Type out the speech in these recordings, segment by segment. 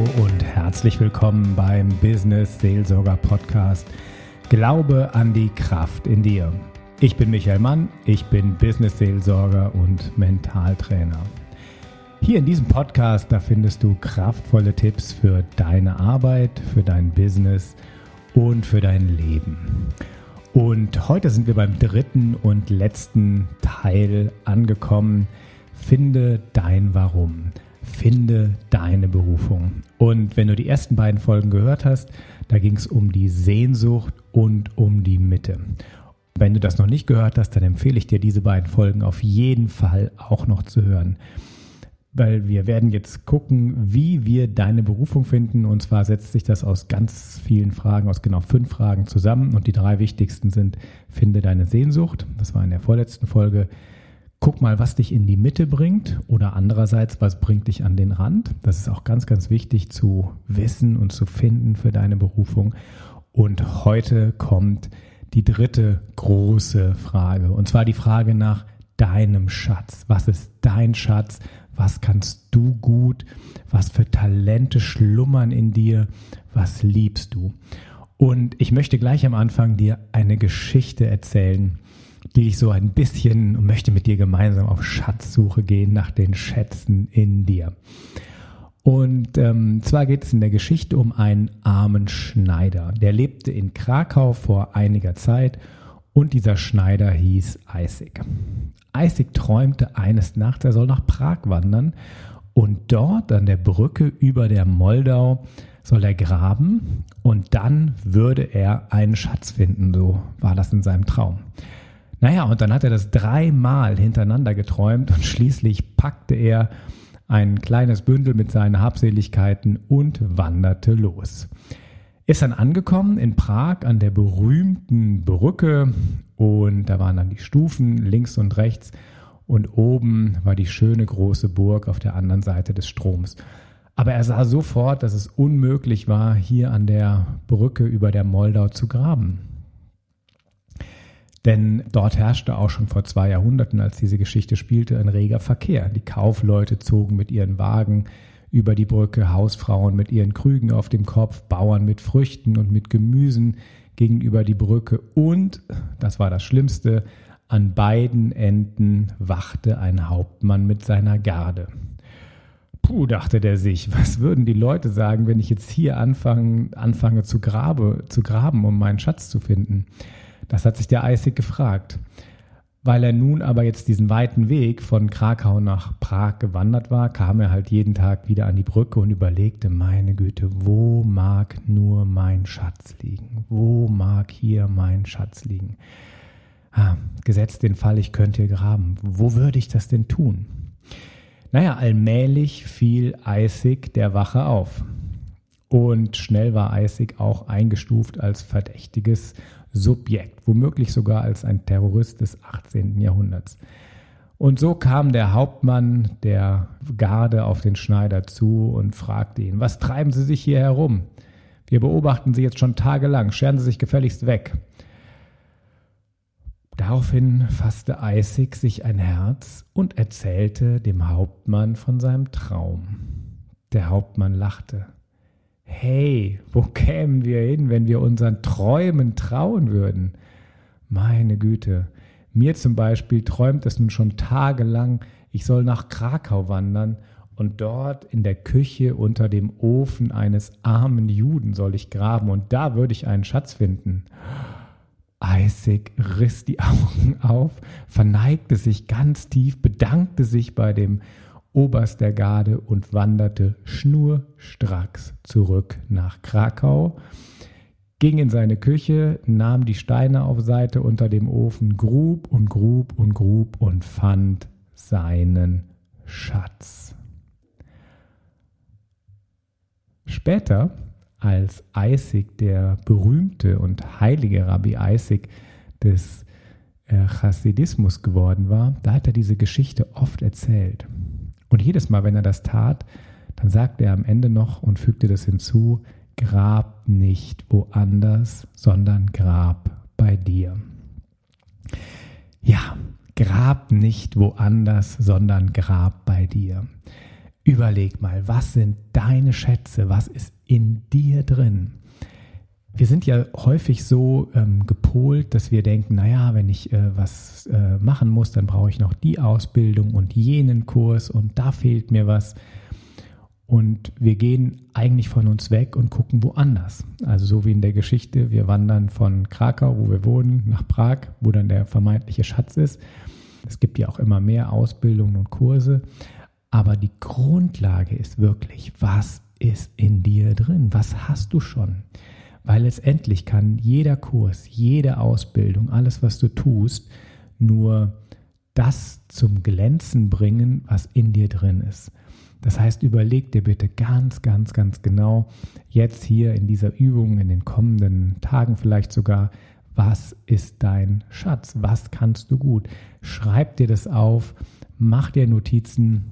und herzlich willkommen beim Business Seelsorger Podcast Glaube an die Kraft in dir. Ich bin Michael Mann, ich bin Business Seelsorger und Mentaltrainer. Hier in diesem Podcast, da findest du kraftvolle Tipps für deine Arbeit, für dein Business und für dein Leben. Und heute sind wir beim dritten und letzten Teil angekommen. Finde dein Warum. Finde deine Berufung. Und wenn du die ersten beiden Folgen gehört hast, da ging es um die Sehnsucht und um die Mitte. Wenn du das noch nicht gehört hast, dann empfehle ich dir, diese beiden Folgen auf jeden Fall auch noch zu hören. Weil wir werden jetzt gucken, wie wir deine Berufung finden. Und zwar setzt sich das aus ganz vielen Fragen, aus genau 5 Fragen zusammen. Und die 3 wichtigsten sind: Finde deine Sehnsucht. Das war in der vorletzten Folge. Guck mal, was dich in die Mitte bringt, oder andererseits, was bringt dich an den Rand. Das ist auch ganz, ganz wichtig zu wissen und zu finden für deine Berufung. Und heute kommt die dritte große Frage, und zwar die Frage nach deinem Schatz. Was ist dein Schatz? Was kannst du gut? Was für Talente schlummern in dir? Was liebst du? Und ich möchte gleich am Anfang dir eine Geschichte erzählen, die ich so ein bisschen und möchte mit dir gemeinsam auf Schatzsuche gehen nach den Schätzen in dir. Und zwar geht es in der Geschichte um einen armen Schneider. Der lebte in Krakau vor einiger Zeit und dieser Schneider hieß Isaac. Isaac träumte eines Nachts, er soll nach Prag wandern und dort an der Brücke über der Moldau soll er graben und dann würde er einen Schatz finden, so war das in seinem Traum. Naja, und dann hat er das 3-mal hintereinander geträumt und schließlich packte er ein kleines Bündel mit seinen Habseligkeiten und wanderte los. Ist dann angekommen in Prag an der berühmten Brücke und da waren dann die Stufen links und rechts und oben war die schöne große Burg auf der anderen Seite des Stroms. Aber er sah sofort, dass es unmöglich war, hier an der Brücke über der Moldau zu graben. Denn dort herrschte auch schon vor 2 Jahrhunderten, als diese Geschichte spielte, ein reger Verkehr. Die Kaufleute zogen mit ihren Wagen über die Brücke, Hausfrauen mit ihren Krügen auf dem Kopf, Bauern mit Früchten und mit Gemüsen gegenüber die Brücke und, das war das Schlimmste, an beiden Enden wachte ein Hauptmann mit seiner Garde. Puh, dachte der sich, was würden die Leute sagen, wenn ich jetzt hier anfange zu graben, um meinen Schatz zu finden? Das hat sich der Isaac gefragt. Weil er nun aber jetzt diesen weiten Weg von Krakau nach Prag gewandert war, kam er halt jeden Tag wieder an die Brücke und überlegte, meine Güte, wo mag nur mein Schatz liegen? Wo mag hier mein Schatz liegen? Gesetzt den Fall, ich könnte hier graben. Wo würde ich das denn tun? Naja, allmählich fiel Isaac der Wache auf. Und schnell war Isaac auch eingestuft als verdächtiges Subjekt, womöglich sogar als ein Terrorist des 18. Jahrhunderts. Und so kam der Hauptmann der Garde auf den Schneider zu und fragte ihn: Was treiben Sie sich hier herum? Wir beobachten Sie jetzt schon tagelang, scheren Sie sich gefälligst weg. Daraufhin fasste Isaac sich ein Herz und erzählte dem Hauptmann von seinem Traum. Der Hauptmann lachte. Hey, wo kämen wir hin, wenn wir unseren Träumen trauen würden? Meine Güte, mir zum Beispiel träumt es nun schon tagelang, ich soll nach Krakau wandern und dort in der Küche unter dem Ofen eines armen Juden soll ich graben und da würde ich einen Schatz finden. Isaac riss die Augen auf, verneigte sich ganz tief, bedankte sich bei dem Oberst der Garde und wanderte schnurstracks zurück nach Krakau, ging in seine Küche, nahm die Steine auf Seite unter dem Ofen, grub und fand seinen Schatz. Später, als Isaac, der berühmte und heilige Rabbi Isaac des Chassidismus geworden war, da hat er diese Geschichte oft erzählt. Und jedes Mal, wenn er das tat, dann sagte er am Ende noch und fügte das hinzu: Grab nicht woanders, sondern grab bei dir. Ja, grab nicht woanders, sondern grab bei dir. Überleg mal, was sind deine Schätze? Was ist in dir drin? Wir sind ja häufig so gepolt, dass wir denken, naja, wenn ich was machen muss, dann brauche ich noch die Ausbildung und jenen Kurs und da fehlt mir was. Und wir gehen eigentlich von uns weg und gucken woanders. Also so wie in der Geschichte, wir wandern von Krakau, wo wir wohnen, nach Prag, wo dann der vermeintliche Schatz ist. Es gibt ja auch immer mehr Ausbildungen und Kurse. Aber die Grundlage ist wirklich, was ist in dir drin? Was hast du schon? Weil letztendlich kann jeder Kurs, jede Ausbildung, alles, was du tust, nur das zum Glänzen bringen, was in dir drin ist. Das heißt, überleg dir bitte ganz, ganz, ganz genau, jetzt hier in dieser Übung, in den kommenden Tagen vielleicht sogar, was ist dein Schatz? Was kannst du gut? Schreib dir das auf, mach dir Notizen.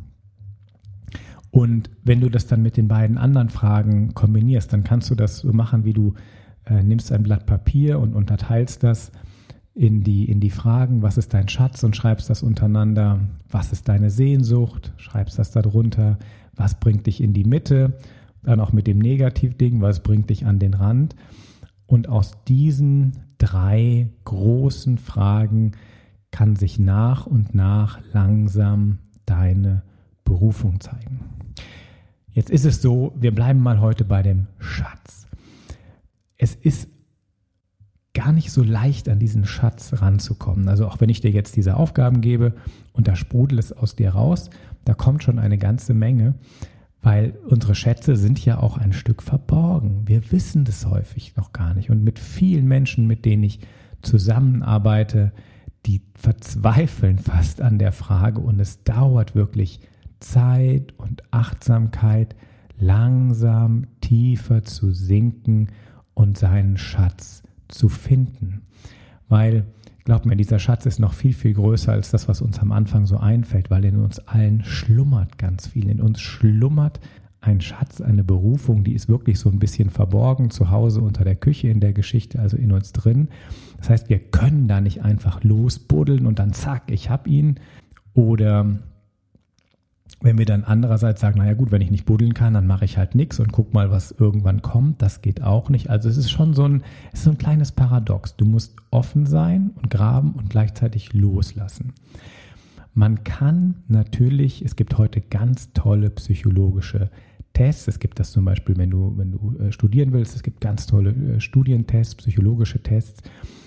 Und wenn du das dann mit den beiden anderen Fragen kombinierst, dann kannst du das so machen, wie du nimmst ein Blatt Papier und unterteilst das in die Fragen, was ist dein Schatz, und schreibst das untereinander, was ist deine Sehnsucht, schreibst das darunter, was bringt dich in die Mitte, dann auch mit dem Negativding, was bringt dich an den Rand. Und aus diesen 3 großen Fragen kann sich nach und nach langsam deine Berufung zeigen. Jetzt ist es so, wir bleiben mal heute bei dem Schatz. Es ist gar nicht so leicht, an diesen Schatz ranzukommen. Also auch wenn ich dir jetzt diese Aufgaben gebe und da sprudelt es aus dir raus, da kommt schon eine ganze Menge, weil unsere Schätze sind ja auch ein Stück verborgen. Wir wissen das häufig noch gar nicht. Und mit vielen Menschen, mit denen ich zusammenarbeite, die verzweifeln fast an der Frage, und es dauert wirklich Zeit und Achtsamkeit, langsam tiefer zu sinken und seinen Schatz zu finden. Weil, glaub mir, dieser Schatz ist noch viel, viel größer als das, was uns am Anfang so einfällt, weil in uns allen schlummert ganz viel. In uns schlummert ein Schatz, eine Berufung, die ist wirklich so ein bisschen verborgen, zu Hause unter der Küche in der Geschichte, also in uns drin. Das heißt, wir können da nicht einfach losbuddeln und dann zack, ich habe ihn. Oder wenn wir dann andererseits sagen, naja gut, wenn ich nicht buddeln kann, dann mache ich halt nichts und guck mal, was irgendwann kommt. Das geht auch nicht. Also es ist schon so ein kleines Paradox. Du musst offen sein und graben und gleichzeitig loslassen. Man kann natürlich, es gibt heute ganz tolle psychologische Tests. Es gibt das zum Beispiel, wenn du studieren willst, es gibt ganz tolle Studientests, psychologische Tests.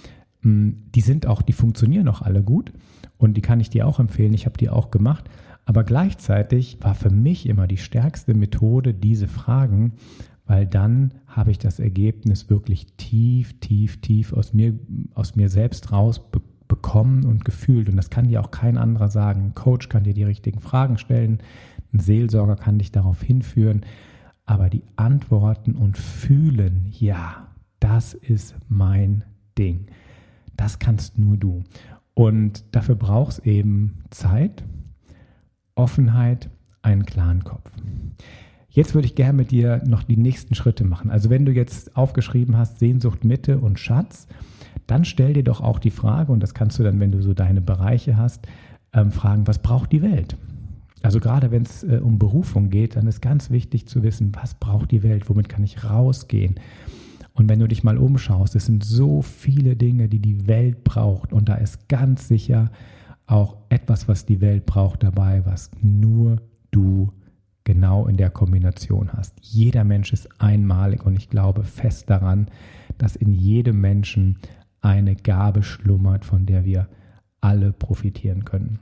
Die funktionieren auch alle gut und die kann ich dir auch empfehlen. Ich habe die auch gemacht. Aber gleichzeitig war für mich immer die stärkste Methode diese Fragen, weil dann habe ich das Ergebnis wirklich tief, tief, tief aus mir selbst raus bekommen und gefühlt. Und das kann dir auch kein anderer sagen. Ein Coach kann dir die richtigen Fragen stellen, ein Seelsorger kann dich darauf hinführen. Aber die Antworten und Fühlen, ja, das ist mein Ding. Das kannst nur du. Und dafür brauchst du eben Zeit, Offenheit, einen klaren Kopf. Jetzt würde ich gerne mit dir noch die nächsten Schritte machen. Also wenn du jetzt aufgeschrieben hast, Sehnsucht, Mitte und Schatz, dann stell dir doch auch die Frage, und das kannst du dann, wenn du so deine Bereiche hast, fragen, was braucht die Welt? Also gerade wenn es um Berufung geht, dann ist ganz wichtig zu wissen, was braucht die Welt? Womit kann ich rausgehen? Und wenn du dich mal umschaust, es sind so viele Dinge, die die Welt braucht. Und da ist ganz sicher auch etwas, was die Welt braucht dabei, was nur du genau in der Kombination hast. Jeder Mensch ist einmalig und ich glaube fest daran, dass in jedem Menschen eine Gabe schlummert, von der wir alle profitieren können.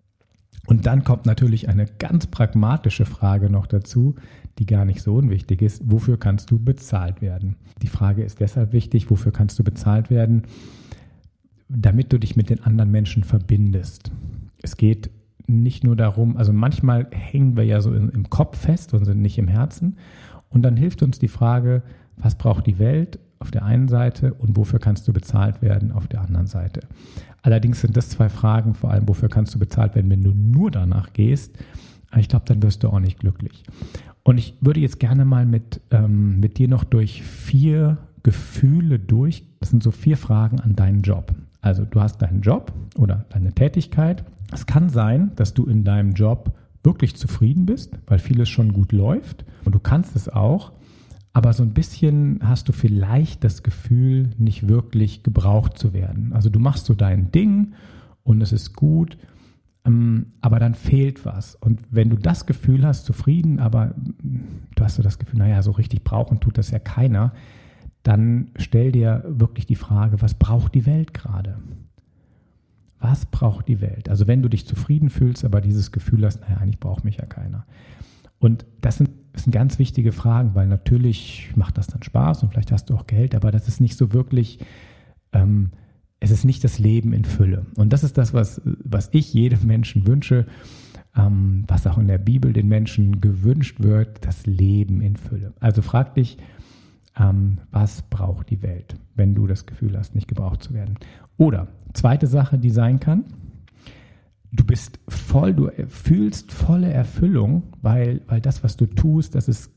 Und dann kommt natürlich eine ganz pragmatische Frage noch dazu, die gar nicht so unwichtig ist. Wofür kannst du bezahlt werden? Die Frage ist deshalb wichtig, wofür kannst du bezahlt werden? Damit du dich mit den anderen Menschen verbindest. Es geht nicht nur darum, also manchmal hängen wir ja so im Kopf fest und sind nicht im Herzen. Und dann hilft uns die Frage, was braucht die Welt auf der einen Seite und wofür kannst du bezahlt werden auf der anderen Seite. Allerdings sind das 2 Fragen, vor allem wofür kannst du bezahlt werden, wenn du nur danach gehst. Ich glaube, dann wirst du auch nicht glücklich. Und ich würde jetzt gerne mal mit dir noch durch 4 Gefühle durch. Das sind so 4 Fragen an deinen Job. Also du hast deinen Job oder deine Tätigkeit. Es kann sein, dass du in deinem Job wirklich zufrieden bist, weil vieles schon gut läuft und du kannst es auch, aber so ein bisschen hast du vielleicht das Gefühl, nicht wirklich gebraucht zu werden. Also du machst so dein Ding und es ist gut, aber dann fehlt was. Und wenn du das Gefühl hast, zufrieden, aber du hast so das Gefühl, naja, so richtig brauchen tut das ja keiner, dann stell dir wirklich die Frage, was braucht die Welt gerade? Was braucht die Welt? Also wenn du dich zufrieden fühlst, aber dieses Gefühl hast, naja, eigentlich braucht mich ja keiner. Und das sind ganz wichtige Fragen, weil natürlich macht das dann Spaß und vielleicht hast du auch Geld, aber das ist nicht so wirklich, es ist nicht das Leben in Fülle. Und das ist das, was ich jedem Menschen wünsche, was auch in der Bibel den Menschen gewünscht wird, das Leben in Fülle. Also frag dich, was braucht die Welt, wenn du das Gefühl hast, nicht gebraucht zu werden. Oder zweite Sache, die sein kann, du fühlst volle Erfüllung, weil das, was du tust, das ist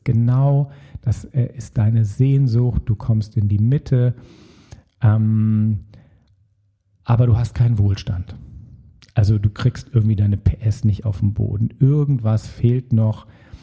deine Sehnsucht, du kommst in die Mitte, aber du hast keinen Wohlstand. Also du kriegst irgendwie deine PS nicht auf den Boden. Irgendwas fehlt noch,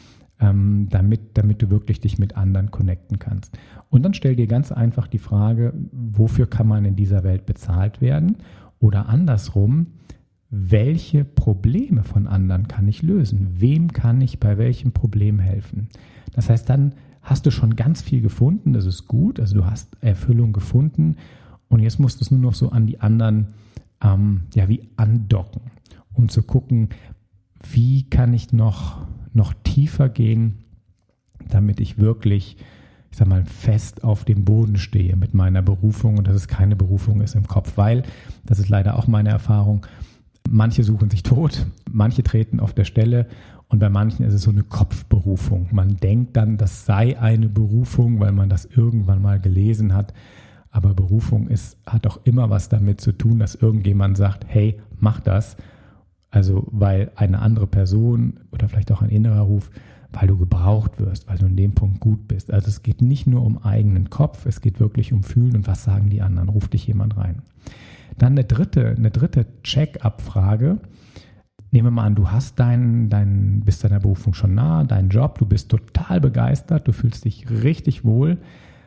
damit du wirklich dich mit anderen connecten kannst. Und dann stell dir ganz einfach die Frage, wofür kann man in dieser Welt bezahlt werden? Oder andersrum, welche Probleme von anderen kann ich lösen? Wem kann ich bei welchem Problem helfen? Das heißt, dann hast du schon ganz viel gefunden, das ist gut, also du hast Erfüllung gefunden und jetzt musst du es nur noch so an die anderen wie andocken, um zu gucken, wie kann ich noch tiefer gehen, damit ich wirklich, ich sag mal, fest auf dem Boden stehe mit meiner Berufung und dass es keine Berufung ist im Kopf, weil, das ist leider auch meine Erfahrung, manche suchen sich tot, manche treten auf der Stelle und bei manchen ist es so eine Kopfberufung. Man denkt dann, das sei eine Berufung, weil man das irgendwann mal gelesen hat, aber Berufung hat auch immer was damit zu tun, dass irgendjemand sagt, hey, mach das. Also weil eine andere Person oder vielleicht auch ein innerer Ruf, weil du gebraucht wirst, weil du in dem Punkt gut bist. Also es geht nicht nur um eigenen Kopf, es geht wirklich um Fühlen und was sagen die anderen, ruft dich jemand rein. Dann eine dritte Check-up-Frage. Nehmen wir mal an, du hast bist deiner Berufung schon nah, deinen Job, du bist total begeistert, du fühlst dich richtig wohl,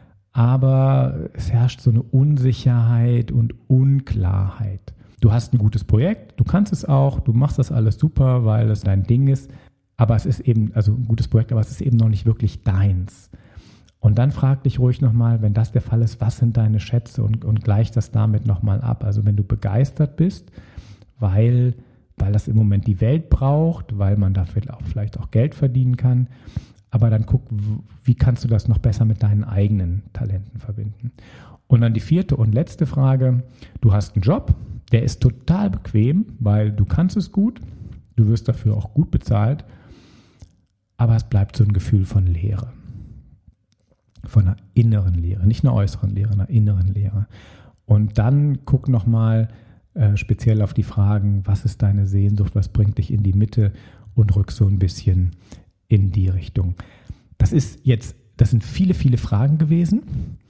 aber es herrscht so eine Unsicherheit und Unklarheit. Du hast ein gutes Projekt, du kannst es auch, du machst das alles super, weil es dein Ding ist, aber es ist eben, also ein gutes Projekt, aber es ist eben noch nicht wirklich deins. Und dann frag dich ruhig nochmal, wenn das der Fall ist, was sind deine Schätze und gleich das damit nochmal ab. Also wenn du begeistert bist, weil das im Moment die Welt braucht, weil man dafür vielleicht auch Geld verdienen kann, aber dann guck, wie kannst du das noch besser mit deinen eigenen Talenten verbinden. Und dann die vierte und letzte Frage, du hast einen Job, der ist total bequem, weil du kannst es gut, du wirst dafür auch gut bezahlt, aber es bleibt so ein Gefühl von Leere. Von einer inneren Leere, nicht einer äußeren Leere, einer inneren Leere. Und dann guck nochmal speziell auf die Fragen, was ist deine Sehnsucht, was bringt dich in die Mitte und rück so ein bisschen in die Richtung. Das sind viele, viele Fragen gewesen.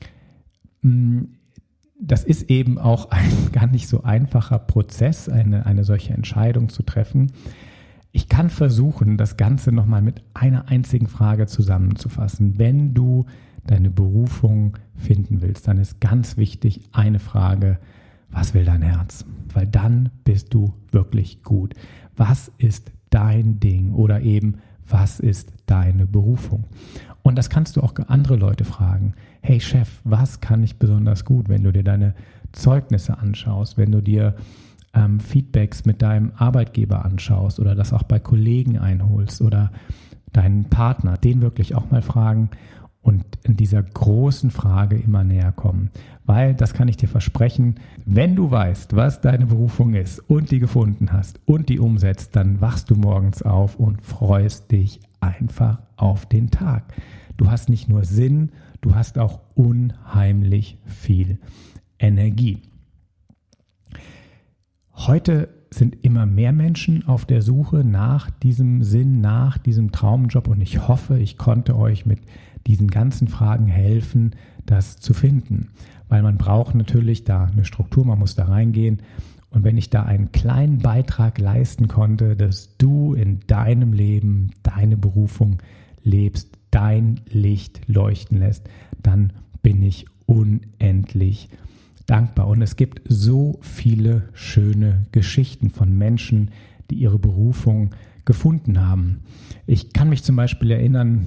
Das ist eben auch ein gar nicht so einfacher Prozess, eine solche Entscheidung zu treffen. Ich kann versuchen, das Ganze nochmal mit einer einzigen Frage zusammenzufassen. Wenn du deine Berufung finden willst, dann ist ganz wichtig eine Frage: Was will dein Herz? Weil dann bist du wirklich gut. Was ist dein Ding? Oder eben, was ist deine Berufung? Und das kannst du auch andere Leute fragen. Hey Chef, was kann ich besonders gut? Wenn du dir deine Zeugnisse anschaust, wenn du dir Feedbacks mit deinem Arbeitgeber anschaust oder das auch bei Kollegen einholst oder deinen Partner, den wirklich auch mal fragen und in dieser großen Frage immer näher kommen. Weil, das kann ich dir versprechen, wenn du weißt, was deine Berufung ist und die gefunden hast und die umsetzt, dann wachst du morgens auf und freust dich einfach auf den Tag. Du hast nicht nur Sinn, du hast auch unheimlich viel Energie. Heute sind immer mehr Menschen auf der Suche nach diesem Sinn, nach diesem Traumjob und ich hoffe, ich konnte euch mit diesen ganzen Fragen helfen, das zu finden. Weil man braucht natürlich da eine Struktur, man muss da reingehen Und wenn ich da einen kleinen Beitrag leisten konnte, dass du in deinem Leben deine Berufung lebst, dein Licht leuchten lässt, dann bin ich unendlich dankbar. Und es gibt so viele schöne Geschichten von Menschen, die ihre Berufung gefunden haben. Ich kann mich zum Beispiel erinnern,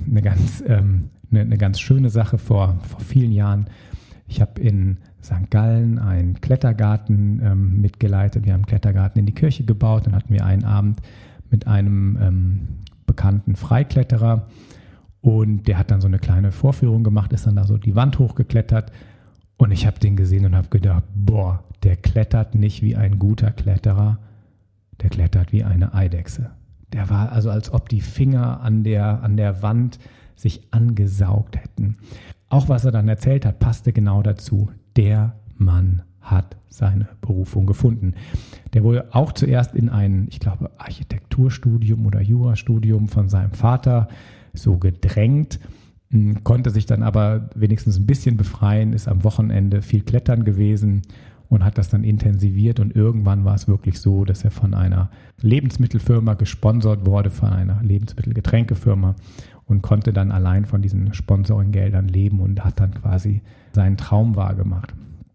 eine ganz schöne Sache vor vielen Jahren. Ich habe in St. Gallen einen Klettergarten mitgeleitet. Wir haben einen Klettergarten in die Kirche gebaut. Dann hatten wir einen Abend mit einem bekannten Freikletterer und der hat dann so eine kleine Vorführung gemacht, ist dann da so die Wand hochgeklettert und ich habe den gesehen und habe gedacht, boah, der klettert nicht wie ein guter Kletterer, der klettert wie eine Eidechse. Der war also, als ob die Finger an der Wand sich angesaugt hätten. Auch was er dann erzählt hat, passte genau dazu. Der Mann hat seine Berufung gefunden. Der wurde auch zuerst in ein, ich glaube, Architekturstudium oder Jurastudium von seinem Vater so gedrängt, konnte sich dann aber wenigstens ein bisschen befreien, ist am Wochenende viel klettern gewesen und hat das dann intensiviert und irgendwann war es wirklich so, dass er von einer Lebensmittelfirma gesponsert wurde, von einer Lebensmittelgetränkefirma und konnte dann allein von diesen Sponsoringgeldern leben und hat dann quasi seinen Traum wahrgemacht.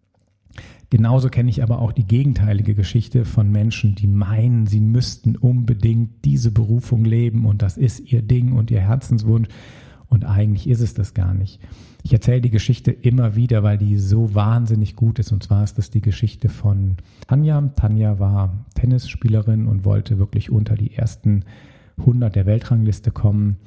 Genauso kenne ich aber auch die gegenteilige Geschichte von Menschen, die meinen, sie müssten unbedingt diese Berufung leben und das ist ihr Ding und ihr Herzenswunsch und eigentlich ist es das gar nicht. Ich erzähle die Geschichte immer wieder, weil die so wahnsinnig gut ist und zwar ist das die Geschichte von Tanja. Tanja war Tennisspielerin und wollte wirklich unter die ersten 100 der Weltrangliste kommen.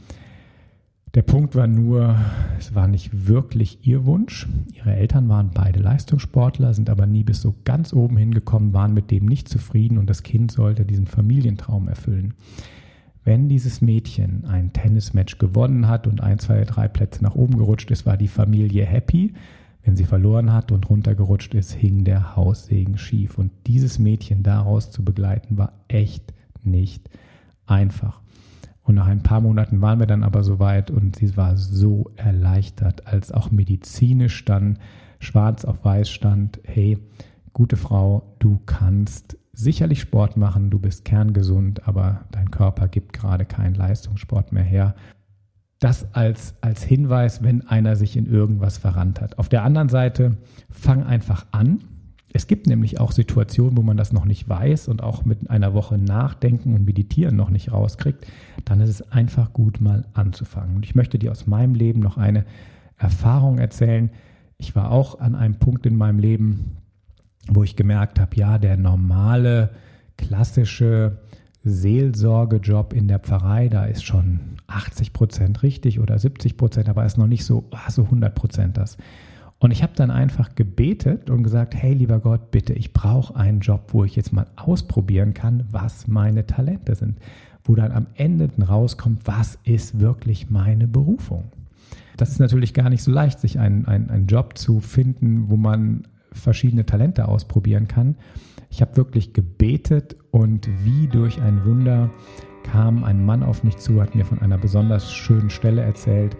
Der Punkt war nur, es war nicht wirklich ihr Wunsch. Ihre Eltern waren beide Leistungssportler, sind aber nie bis so ganz oben hingekommen, waren mit dem nicht zufrieden und das Kind sollte diesen Familientraum erfüllen. Wenn dieses Mädchen ein Tennismatch gewonnen hat und 1, 2, 3 Plätze nach oben gerutscht ist, war die Familie happy. Wenn sie verloren hat und runtergerutscht ist, hing der Haussegen schief. Und dieses Mädchen daraus zu begleiten, war echt nicht einfach. Und nach ein paar Monaten waren wir dann aber soweit und sie war so erleichtert, als auch medizinisch dann schwarz auf weiß stand, hey, gute Frau, du kannst sicherlich Sport machen, du bist kerngesund, aber dein Körper gibt gerade keinen Leistungssport mehr her. Das als Hinweis, wenn einer sich in irgendwas verrannt hat. Auf der anderen Seite, fang einfach an. Es gibt nämlich auch Situationen, wo man das noch nicht weiß und auch mit einer Woche Nachdenken und Meditieren noch nicht rauskriegt. Dann ist es einfach gut, mal anzufangen. Und ich möchte dir aus meinem Leben noch eine Erfahrung erzählen. Ich war auch an einem Punkt in meinem Leben, wo ich gemerkt habe, ja, der normale, klassische Seelsorgejob in der Pfarrei, da ist schon 80% richtig oder 70%, aber ist noch nicht so 100% das. Und ich habe dann einfach gebetet und gesagt, hey, lieber Gott, bitte, ich brauche einen Job, wo ich jetzt mal ausprobieren kann, was meine Talente sind. Wo dann am Ende rauskommt, was ist wirklich meine Berufung. Das ist natürlich gar nicht so leicht, sich einen Job zu finden, wo man verschiedene Talente ausprobieren kann. Ich habe wirklich gebetet und wie durch ein Wunder kam ein Mann auf mich zu, hat mir von einer besonders schönen Stelle erzählt.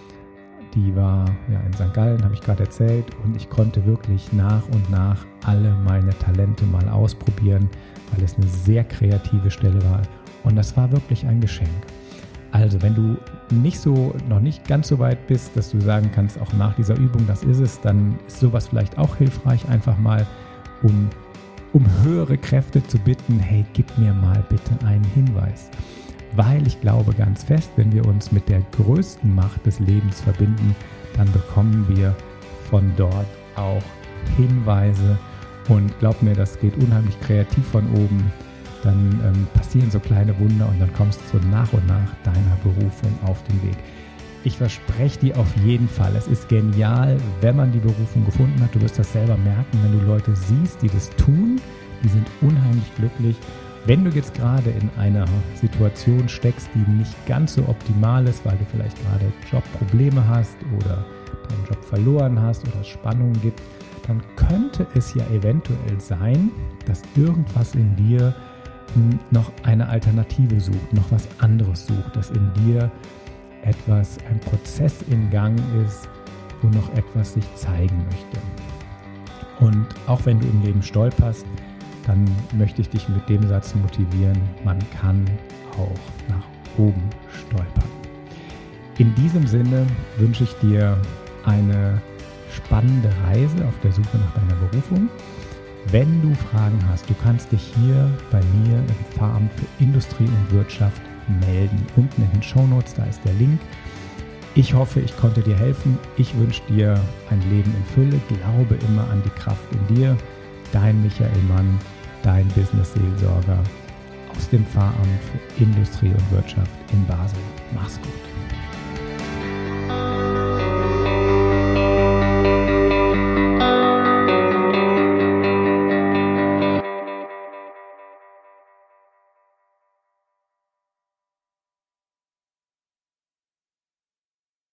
Die war in St. Gallen, habe ich gerade erzählt, und ich konnte wirklich nach und nach alle meine Talente mal ausprobieren, weil es eine sehr kreative Stelle war. Und das war wirklich ein Geschenk. Also, wenn du noch nicht ganz so weit bist, dass du sagen kannst, auch nach dieser Übung, das ist es, dann ist sowas vielleicht auch hilfreich, einfach mal um höhere Kräfte zu bitten, hey, gib mir mal bitte einen Hinweis. Weil ich glaube ganz fest, wenn wir uns mit der größten Macht des Lebens verbinden, dann bekommen wir von dort auch Hinweise. Und glaub mir, das geht unheimlich kreativ von oben. Dann passieren so kleine Wunder und dann kommst du so nach und nach deiner Berufung auf den Weg. Ich verspreche dir auf jeden Fall, es ist genial, wenn man die Berufung gefunden hat. Du wirst das selber merken, wenn du Leute siehst, die das tun, die sind unheimlich glücklich. Wenn du jetzt gerade in einer Situation steckst, die nicht ganz so optimal ist, weil du vielleicht gerade Jobprobleme hast oder deinen Job verloren hast oder es Spannungen gibt, dann könnte es ja eventuell sein, dass irgendwas in dir noch eine Alternative sucht, noch was anderes sucht, dass in dir ein Prozess in Gang ist, wo noch etwas sich zeigen möchte. Und auch wenn du im Leben stolperst, dann möchte ich dich mit dem Satz motivieren, man kann auch nach oben stolpern. In diesem Sinne wünsche ich dir eine spannende Reise auf der Suche nach deiner Berufung. Wenn du Fragen hast, du kannst dich hier bei mir im Pfarramt für Industrie und Wirtschaft melden. Unten in den Shownotes, da ist der Link. Ich hoffe, ich konnte dir helfen. Ich wünsche dir ein Leben in Fülle. Glaube immer an die Kraft in dir. Dein Michael Mann, dein Business-Seelsorger aus dem Pfarramt für Industrie und Wirtschaft in Basel. Mach's gut.